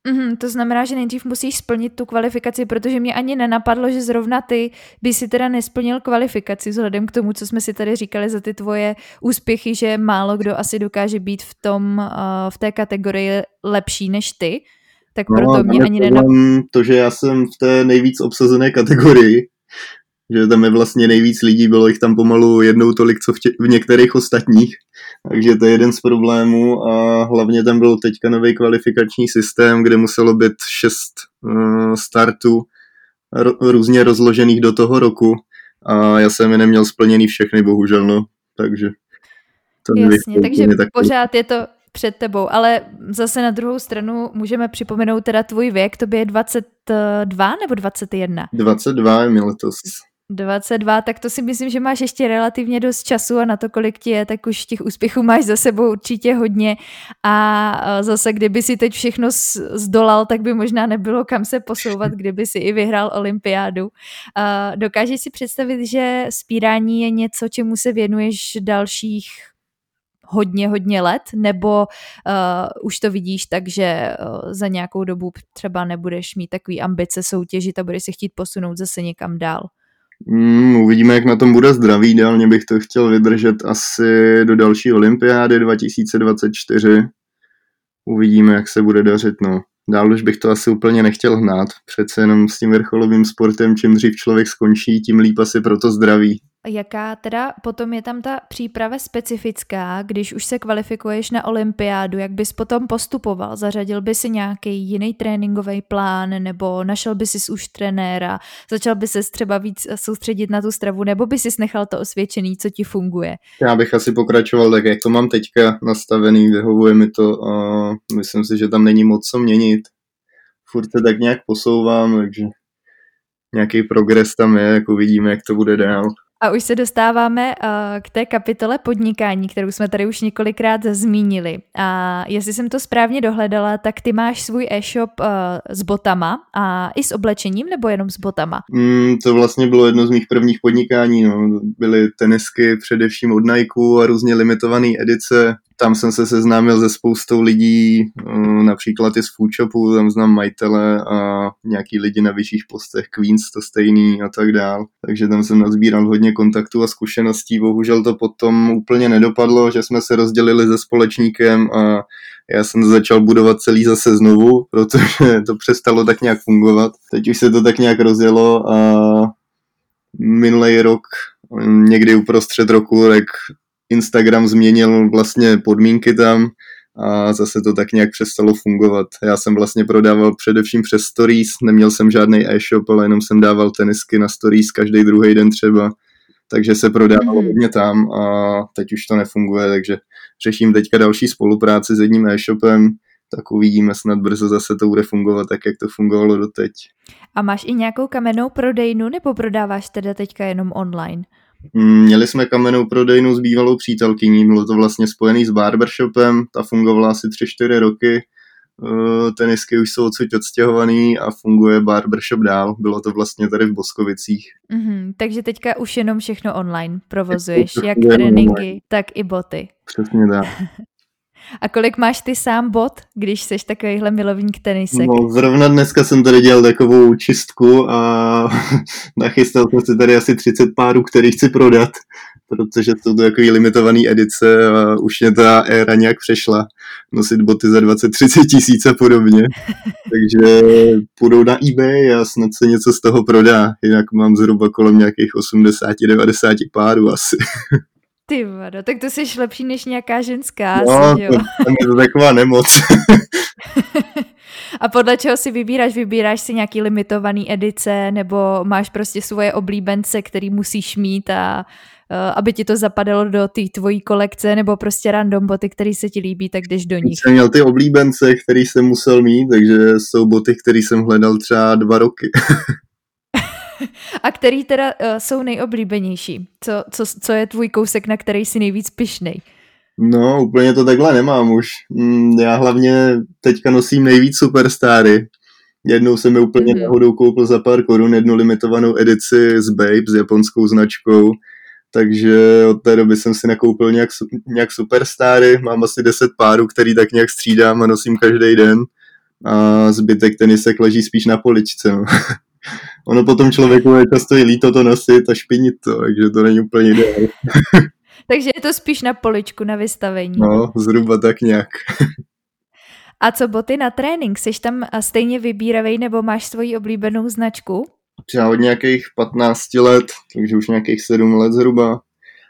Mm, to znamená, že nejdřív musíš splnit tu kvalifikaci, protože mě ani nenapadlo, že zrovna ty by si teda nesplnil kvalifikaci vzhledem k tomu, co jsme si tady říkali za ty tvoje úspěchy, že málo kdo asi dokáže být v tom, uh, v té kategorii lepší než ty, tak No, proto mě ani nenapadlo. To, že já jsem v té nejvíc obsazené kategorii, že tam je vlastně nejvíc lidí, bylo jich tam pomalu jednou tolik, co v, tě, v některých ostatních, takže to je jeden z problémů a hlavně tam byl teďka nový kvalifikační systém, kde muselo být šest uh, startů r- různě rozložených do toho roku a já jsem je neměl splněný všechny, bohužel, no, takže to jasně, takže pořád je to před tebou, ale zase na druhou stranu můžeme připomenout teda tvůj věk, tobě je dvacet dva nebo dvacet jedna? dvacet dva je mi letos. dvacet dva, tak to si myslím, že máš ještě relativně dost času a na to, kolik ti je, tak už těch úspěchů máš za sebou určitě hodně a zase kdyby si teď všechno zdolal, tak by možná nebylo kam se posouvat, kdyby si i vyhrál olympiádu. Dokážeš si představit, že vzpírání je něco, čemu se věnuješ dalších hodně, hodně let, nebo uh, už to vidíš tak, že uh, za nějakou dobu třeba nebudeš mít takový ambice soutěžit a budeš se chtít posunout zase někam dál? Mm, uvidíme, jak na tom bude zdraví. Ideálně bych to chtěl vydržet asi do další olympiády dva tisíce dvacet čtyři. Uvidíme, jak se bude dařit. No. Dál už bych to asi úplně nechtěl hnát. Přece jenom s tím vrcholovým sportem, čím dřív člověk skončí, tím líp asi pro to zdraví. Jaká teda potom je tam ta příprava specifická, když už se kvalifikuješ na olympiádu, jak bys potom postupoval? Zařadil by si nějaký jiný tréninkový plán nebo našel by si už trenéra, začal by ses třeba víc soustředit na tu stravu nebo by si nechal to osvědčený, co ti funguje? Já bych asi pokračoval tak, jak to mám teďka nastavený, vyhovuje mi to a myslím si, že tam není moc co měnit. Furt se tak nějak posouvám, takže nějaký progres tam je, jako vidíme, jak to bude dál. A už se dostáváme uh, k té kapitole podnikání, kterou jsme tady už několikrát zmínili. A jestli jsem to správně dohledala, tak ty máš svůj e-shop uh, s botama a i s oblečením, nebo jenom s botama? Mm, to vlastně bylo jedno z mých prvních podnikání. No. Byly tenisky především od Nike a různě limitované edice. Tam jsem se seznámil se spoustou lidí, například i z Foodshopu, tam znám majitele a nějaký lidi na vyšších postech, Queens to stejný a tak dál. Takže tam jsem nazbíral hodně kontaktů a zkušeností. Bohužel to potom úplně nedopadlo, že jsme se rozdělili se společníkem a já jsem začal budovat celý zase znovu, protože to přestalo tak nějak fungovat. Teď už se to tak nějak rozjelo a minulý rok, někdy uprostřed roku, tak Instagram změnil vlastně podmínky tam a zase to tak nějak přestalo fungovat. Já jsem vlastně prodával především přes stories, neměl jsem žádný e-shop, ale jenom jsem dával tenisky na stories každý druhý den třeba, takže se prodávalo hodně tam a teď už to nefunguje, takže řeším teďka další spolupráci s jedním e-shopem, tak uvidíme, snad brzo zase to bude fungovat tak, jak to fungovalo doteď. A máš i nějakou kamennou prodejnu, nebo prodáváš teda teďka jenom online? Měli jsme kamennou prodejnu s bývalou přítelkyní, bylo to vlastně spojený s barbershopem, ta fungovala asi tři čtyři roky, tenisky už jsou odsud odstěhovaný a funguje barbershop dál, bylo to vlastně tady v Boskovicích. Mm-hmm, takže teďka už jenom všechno online provozuješ, jak tréninky, tak i boty. Přesně tak. A kolik máš ty sám bot, když seš takovýhle milovník tenisek? No, zrovna dneska jsem tady dělal takovou čistku a nachystal jsem si tady asi třicet párů, který chci prodat, protože jsou to takový limitovaný edice a už mě ta éra nějak přešla nosit boty za dvacet třicet tisíc a podobně. Takže půjdou na eBay a snad se něco z toho prodá, jinak mám zhruba kolem nějakých osmdesát devadesát párů asi. Ty vado, tak to jsi lepší než nějaká ženská. No, asi, jo? To, to je to taková nemoc. A podle čeho si vybíráš? Vybíráš si nějaký limitovaný edice, nebo máš prostě svoje oblíbence, který musíš mít a uh, aby ti to zapadalo do té tvojí kolekce, nebo prostě random boty, který se ti líbí, tak jdeš do nich? Jsem měl ty oblíbence, který jsem musel mít, takže jsou boty, které jsem hledal třeba dva roky. A který teda uh, jsou nejoblíbenější? Co, co, co je tvůj kousek, na který jsi nejvíc pyšnej? No, úplně to takhle nemám už. Já hlavně teďka nosím nejvíc Superstary. Jednou jsem mi úplně mm-hmm. náhodou koupil za pár korun jednu limitovanou edici z Babe s japonskou značkou. Takže od té doby jsem si nakoupil nějak, nějak Superstary. Mám asi deset párů, který tak nějak střídám a nosím každý den. a zbytek tenisek leží spíš na poličce. No. Ono potom člověku je často i líto to nosit a špinit to, takže to není úplně ideální. Takže je to spíš na poličku, na vystavení. No, zhruba tak nějak. A co boty na trénink? Jsi tam stejně vybíravej nebo máš svoji oblíbenou značku? Já od nějakých patnáct let, takže už nějakých sedm let zhruba,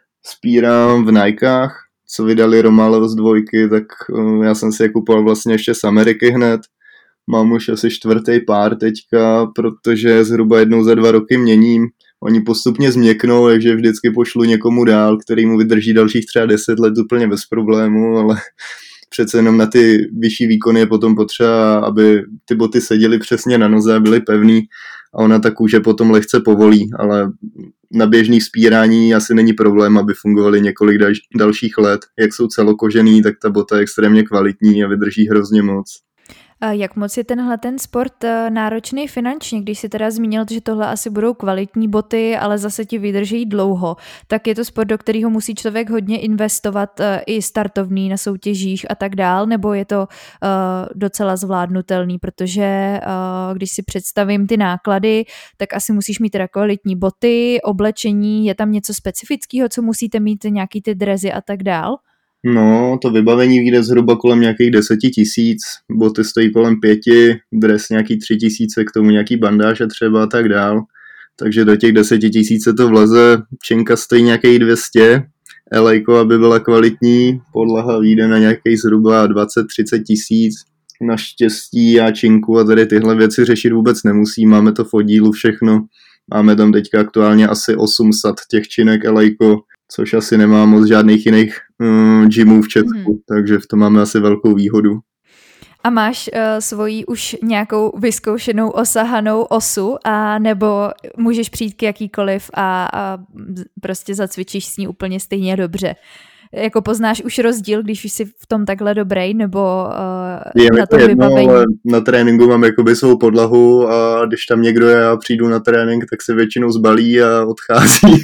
spírám v Nikách, co vydali Romalev z dvojky, tak uh, já jsem si je kupoval vlastně ještě z Ameriky hned. Mám už asi čtvrtý pár teďka, protože zhruba jednou za dva roky měním. Oni postupně změknou, takže vždycky pošlu někomu dál, který mu vydrží dalších třeba deset let úplně bez problému, ale přece jenom na ty vyšší výkony je potom potřeba, aby ty boty seděly přesně na noze a byly pevný a ona ta kůže potom lehce povolí, ale na běžný spírání asi není problém, aby fungovaly několik dal- dalších let. Jak jsou celokožený, tak ta bota je extrémně kvalitní a vydrží hrozně moc. Jak moc je tenhle ten sport náročný finančně, když si teda zmínil, že tohle asi budou kvalitní boty, ale zase ti vydrží dlouho, tak je to sport, do kterého musí člověk hodně investovat i startovný na soutěžích a tak dál, nebo je to uh, docela zvládnutelný, protože uh, když si představím ty náklady, tak asi musíš mít teda kvalitní boty, oblečení, je tam něco specifického, co musíte mít, nějaký ty drezy a tak dál? No, to vybavení vyjde zhruba kolem nějakých deseti tisíc, boty stojí kolem pěti, dres nějaký tři tisíce, k tomu nějaký bandáže třeba a tak dál. Takže do těch deseti tisíc se to vleze, čenka stojí nějakých dvě stě, elejko, aby byla kvalitní, podlaha vyjde na nějakých zhruba dvacet třicet tisíc. Naštěstí já činku a tady tyhle věci řešit vůbec nemusím, máme to v oddílu všechno. Máme tam teďka aktuálně asi osm sad těch činek elejko, což asi nemá moc žádných jiných um, gymů v Česku, mm. takže v tom máme asi velkou výhodu. A máš uh, svoji už nějakou vyzkoušenou osahanou osu, a nebo můžeš přijít k jakýkoliv a, a prostě zacvičíš s ní úplně stejně dobře? Jako poznáš už rozdíl, když už jsi v tom takhle dobrý, nebo uh, je na to vybavení? Ale na tréninku mám jakoby svou podlahu a když tam někdo je a přijdu na trénink, tak se většinou zbalí a odchází.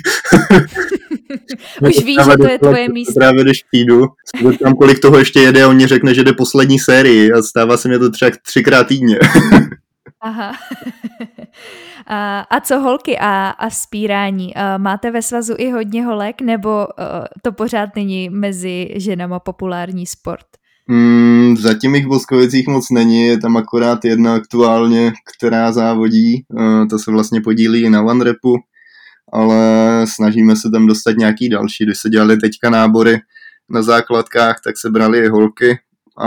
Už víš, že to je tvoje místo. Právě když přijdu, tam kolik toho ještě jede a on mi řekne, že jde poslední sérii a stává se mi to třeba třikrát týdně. Aha. A, a co holky a, a spírání? A máte ve svazu i hodně holek, nebo uh, to pořád není mezi ženama populární sport? Mm, zatím jich v Boskovicích moc není, je tam akorát jedna aktuálně, která závodí, uh, to se vlastně podílí i na OneRapu, ale snažíme se tam dostat nějaký další. Když se dělali teďka nábory na základkách, tak se brali i holky,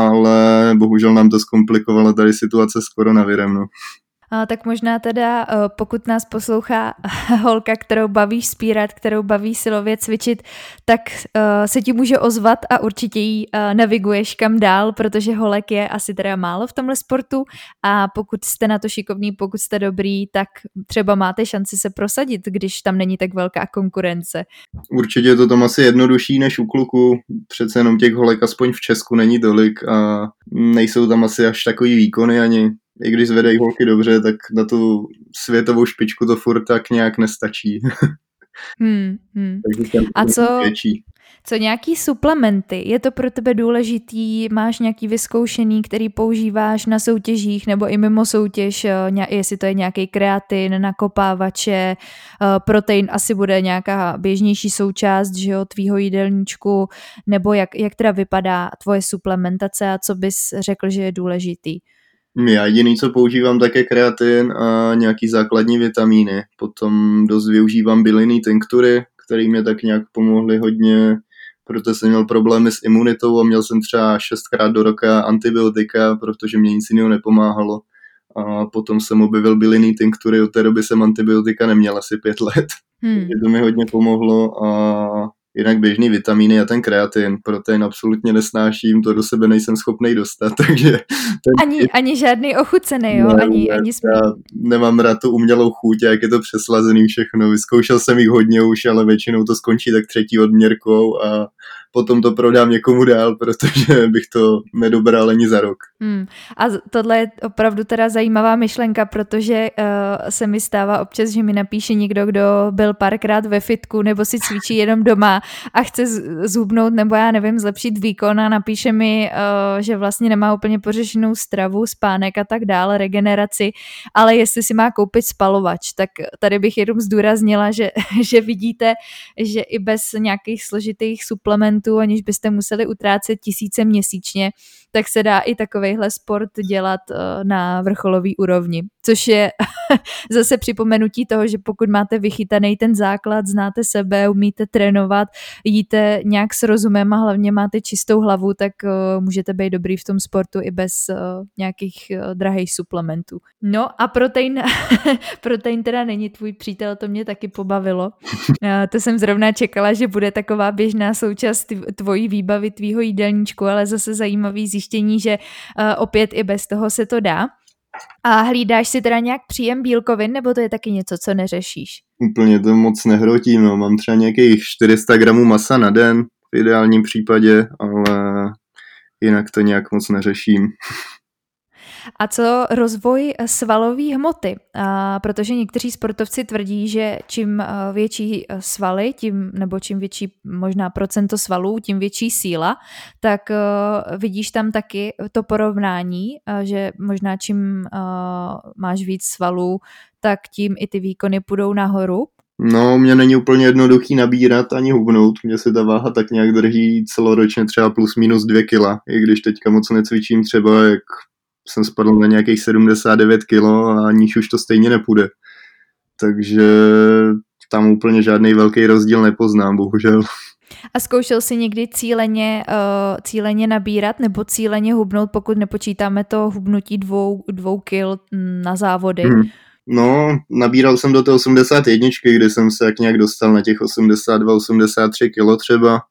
ale bohužel nám to zkomplikovala tady situace s koronavirem. No. A tak možná teda, pokud nás poslouchá holka, kterou baví spírat, kterou baví silově cvičit, tak se ti může ozvat a určitě jí naviguješ kam dál, protože holek je asi teda málo v tomhle sportu a pokud jste na to šikovní, pokud jste dobrý, tak třeba máte šanci se prosadit, když tam není tak velká konkurence. Určitě je to tam asi jednodušší než u kluku, přece jenom těch holek aspoň v Česku není tolik a nejsou tam asi až takový výkony ani. I když zvedají holky dobře, tak na tu světovou špičku to furt tak nějak nestačí. Hmm, hmm. A co, co nějaký suplementy? Je to pro tebe důležitý? Máš nějaký vyzkoušený, který používáš na soutěžích nebo i mimo soutěž? Jestli to je nějaký kreatin, nakopávače, protein asi bude nějaká běžnější součást, že jo, tvýho jídelníčku, nebo jak, jak teda vypadá tvoje suplementace a co bys řekl, že je důležitý? Já jediný, co používám, tak je kreatin a nějaký základní vitamíny. Potom dost využívám bylinný tinktury, které mě tak nějak pomohly hodně, protože jsem měl problémy s imunitou a měl jsem třeba šestkrát do roka antibiotika, protože mě nic jiného nepomáhalo. A potom jsem objevil bylinný tinktury, od té doby jsem antibiotika neměl asi pět let. Hmm. To mi hodně pomohlo a jinak běžný vitamíny a ten kreatin, protein absolutně nesnáším, to do sebe nejsem schopnej dostat, takže... Ten... Ani, ani žádný ochucený, jo? Ne, ani, ne, ani smí... Já nemám rád tu umělou chuť, jak je to přeslazený všechno, vyzkoušel jsem jich hodně už, ale většinou to skončí tak třetí odměrkou a potom to prodám někomu dál, protože bych to nedobral ani za rok. Hmm. A tohle je opravdu teda zajímavá myšlenka, protože uh, se mi stává občas, že mi napíše někdo, kdo byl párkrát ve fitku nebo si cvičí jenom doma a chce zhubnout nebo já nevím, zlepšit výkon a napíše mi, uh, že vlastně nemá úplně pořešenou stravu, spánek a tak dále, regeneraci, ale jestli si má koupit spalovač, tak tady bych jenom zdůraznila, že, že vidíte, že i bez nějakých složitých suplementů, aniž byste museli utrácet tisíce měsíčně, tak se dá i takovejhle sport dělat na vrcholový úrovni. Což je zase připomenutí toho, že pokud máte vychytaný ten základ, znáte sebe, umíte trénovat, jíte nějak s rozumem a hlavně máte čistou hlavu, tak můžete být dobrý v tom sportu i bez nějakých drahých suplementů. No a protein, protein teda není tvůj přítel, to mě taky pobavilo. To jsem zrovna čekala, že bude taková běžná součást tvojí výbavy, tvýho jídelníčku, ale zase zajímavý zjištění, že opět i bez toho se to dá. A hlídáš si teda nějak příjem bílkovin, nebo to je taky něco, co neřešíš? Úplně to moc nehrotím, no. Mám třeba nějakých čtyři sta gramů masa na den v ideálním případě, ale jinak to nějak moc neřeším. A co rozvoj svalové hmoty? A protože někteří sportovci tvrdí, že čím větší svaly, tím, nebo čím větší možná procento svalů, tím větší síla, tak uh, vidíš tam taky to porovnání, uh, že možná čím uh, máš víc svalů, tak tím i ty výkony půjdou nahoru? No, mě není úplně jednoduchý nabírat ani hubnout. Mně se ta váha tak nějak drží celoročně třeba plus minus dvě kila, i když teďka moc necvičím třeba, jak jsem spadl na nějakých sedmdesát devět kilo a níž už to stejně nepůjde. Takže tam úplně žádný velký rozdíl nepoznám, bohužel. A zkoušel jsi někdy cíleně, uh, cíleně nabírat nebo cíleně hubnout, pokud nepočítáme to hubnutí dvou, dvou kil na závody? Hmm. No, nabíral jsem do té osmdesát jedna, kdy jsem se jak nějak dostal na těch osmdesát dva osmdesát tři kilo třeba.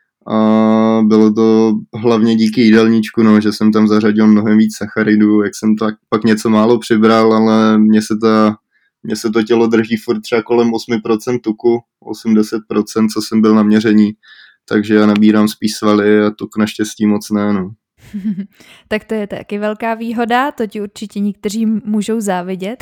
A bylo to hlavně díky jídelníčku, no, že jsem tam zařadil mnohem víc sacharidů, jak jsem tak pak něco málo přibral, ale mně se, ta, mně se to tělo drží furt třeba kolem osm procent tuku, osm až deset procent, co jsem byl na měření, takže já nabírám spíš svaly a tuk naštěstí moc ne, no. Tak to je taky velká výhoda, to ti určitě někteří můžou závidět.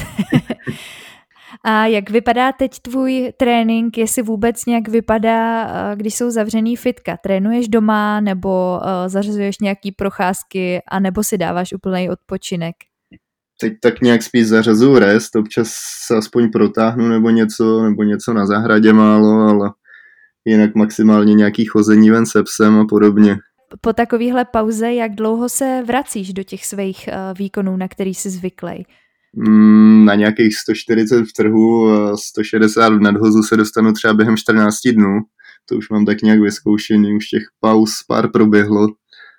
A jak vypadá teď tvůj trénink, jestli vůbec nějak vypadá, když jsou zavřený fitka? Trénuješ doma nebo zařazuješ nějaký procházky a nebo si dáváš úplný odpočinek? Teď tak nějak spíš zařazuju rest, občas se aspoň protáhnu nebo něco, nebo něco na zahradě málo, ale jinak maximálně nějaký chození ven se psem a podobně. Po takovéhle pauze, jak dlouho se vracíš do těch svých výkonů, na který jsi zvyklý? Na nějakých sto čtyřicet v trhu a sto šedesát v nadhozu se dostanu třeba během čtrnáct dnů. To už mám tak nějak vyzkoušený, už těch pauz pár proběhlo.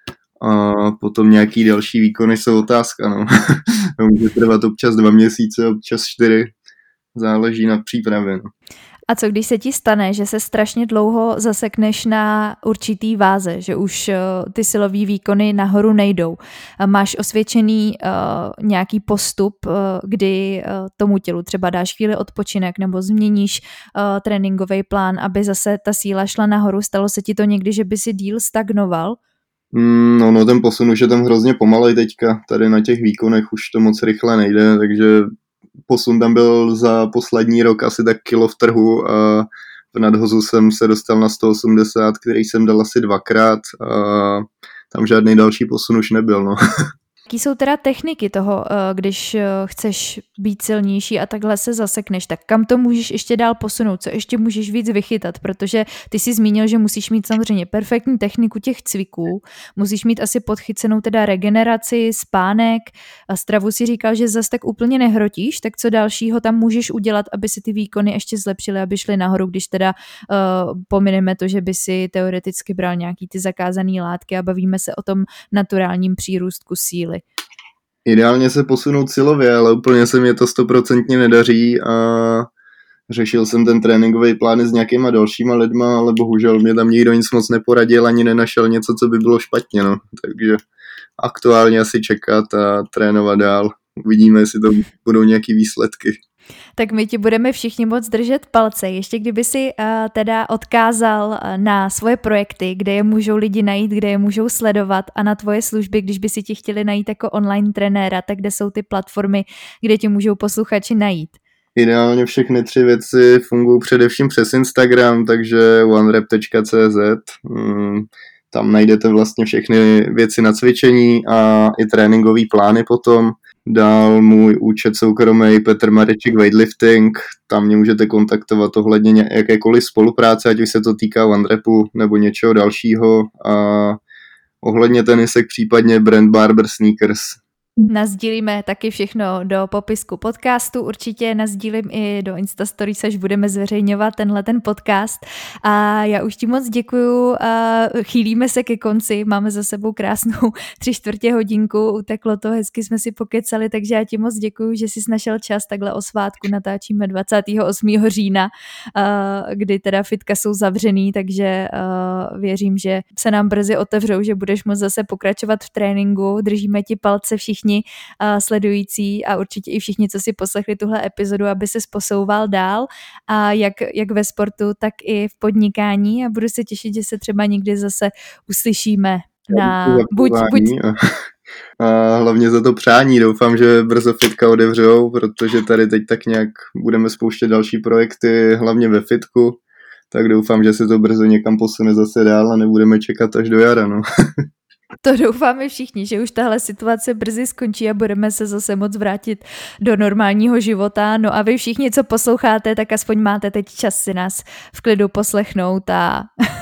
A potom nějaký další výkony jsou otázka, no. Může trvat občas dva měsíce, občas čtyři. Záleží na přípravě, no. A co když se ti stane, že se strašně dlouho zasekneš na určitý váze, že už uh, ty silový výkony nahoru nejdou? Máš osvědčený uh, nějaký postup, uh, kdy uh, tomu tělu třeba dáš chvíli odpočinek nebo změníš uh, tréninkový plán, aby zase ta síla šla nahoru? Stalo se ti to někdy, že by si díl stagnoval? Mm, no, no, ten posun už je tam hrozně pomalej teďka. Tady na těch výkonech už to moc rychle nejde, takže posun tam byl za poslední rok asi tak kilo v trhu a v nadhozu jsem se dostal na sto osmdesát, který jsem dal asi dvakrát a tam žádný další posun už nebyl, no. Jaký jsou teda techniky toho, když chceš být silnější a takhle se zasekneš, tak kam to můžeš ještě dál posunout, co ještě můžeš víc vychytat, protože ty jsi zmínil, že musíš mít samozřejmě perfektní techniku těch cviků, musíš mít asi podchycenou teda regeneraci, spánek a stravu si říkal, že zase tak úplně nehrotíš, tak co dalšího tam můžeš udělat, aby si ty výkony ještě zlepšily, aby šly nahoru, když teda uh, pomineme to, že by si teoreticky bral nějaký ty zakázané látky a bavíme se o tom naturálním přírůstku síly. Ideálně se posunout silově, ale úplně se mi to stoprocentně nedaří a řešil jsem ten tréninkový plán s nějakýma dalšíma lidma, ale bohužel mě tam nikdo nic moc neporadil, ani nenašel něco, co by bylo špatně, no. Takže aktuálně asi čekat a trénovat dál. Uvidíme, jestli to budou nějaký výsledky. Tak my ti budeme všichni moc držet palce. Ještě kdyby si uh, teda odkázal uh, na svoje projekty, kde je můžou lidi najít, kde je můžou sledovat a na tvoje služby, když by si ti chtěli najít jako online trenéra, tak kde jsou ty platformy, kde ti můžou posluchači najít? Ideálně všechny tři věci fungují především přes Instagram, takže onerep tečka cé zet. Mm, tam najdete vlastně všechny věci na cvičení a i tréninkové plány potom. Dál můj účet soukromý Petr Mareček Weightlifting, tam mě můžete kontaktovat ohledně jakékoliv spolupráce, ať už se to týká onerepu nebo něčeho dalšího, a ohledně tenisek případně Brand Barber Sneakers. Nasdílíme taky všechno do popisku podcastu, určitě nasdílím i do Instastories, až budeme zveřejňovat tenhle ten podcast. A já už ti moc děkuju, chýlíme se ke konci, máme za sebou krásnou tři čtvrtě hodinku, uteklo to, hezky jsme si pokecali, takže já ti moc děkuju, že jsi našel čas, takhle o svátku natáčíme dvacátého osmého října, kdy teda fitka jsou zavřený, takže věřím, že se nám brzy otevřou, že budeš moct zase pokračovat v tréninku, držíme ti palce všichni uh, sledující a určitě i všichni, co si poslechli tuhle epizodu, aby se posouval dál a jak, jak ve sportu, tak i v podnikání a budu se těšit, že se třeba někdy zase uslyšíme na buď, buď... A, a hlavně za to přání, doufám, že brzo fitka otevřou, protože tady teď tak nějak budeme spouštět další projekty, hlavně ve fitku, tak doufám, že se to brzo někam posune zase dál a nebudeme čekat až do jara, no. To doufáme všichni, že už tahle situace brzy skončí a budeme se zase moc vrátit do normálního života. No a vy všichni, co posloucháte, tak aspoň máte teď čas si nás v klidu poslechnout a,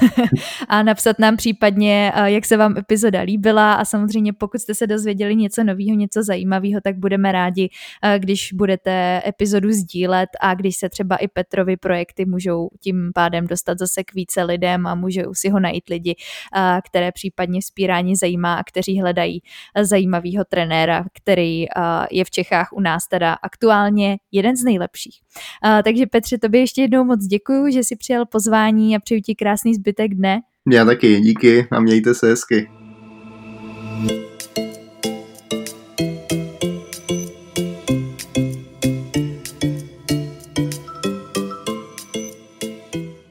a napsat nám případně, jak se vám epizoda líbila a samozřejmě pokud jste se dozvěděli něco nového, něco zajímavého, tak budeme rádi, když budete epizodu sdílet a když se třeba i Petrovi projekty můžou tím pádem dostat zase k více lidem a můžou si ho najít lidi, které případně vzpírání zajímá a kteří hledají zajímavého trenéra, který je v Čechách u nás teda aktuálně jeden z nejlepších. Takže Petře, tobě ještě jednou moc děkuju, že jsi přijal pozvání a přeju ti krásný zbytek dne. Já taky, díky a mějte se hezky.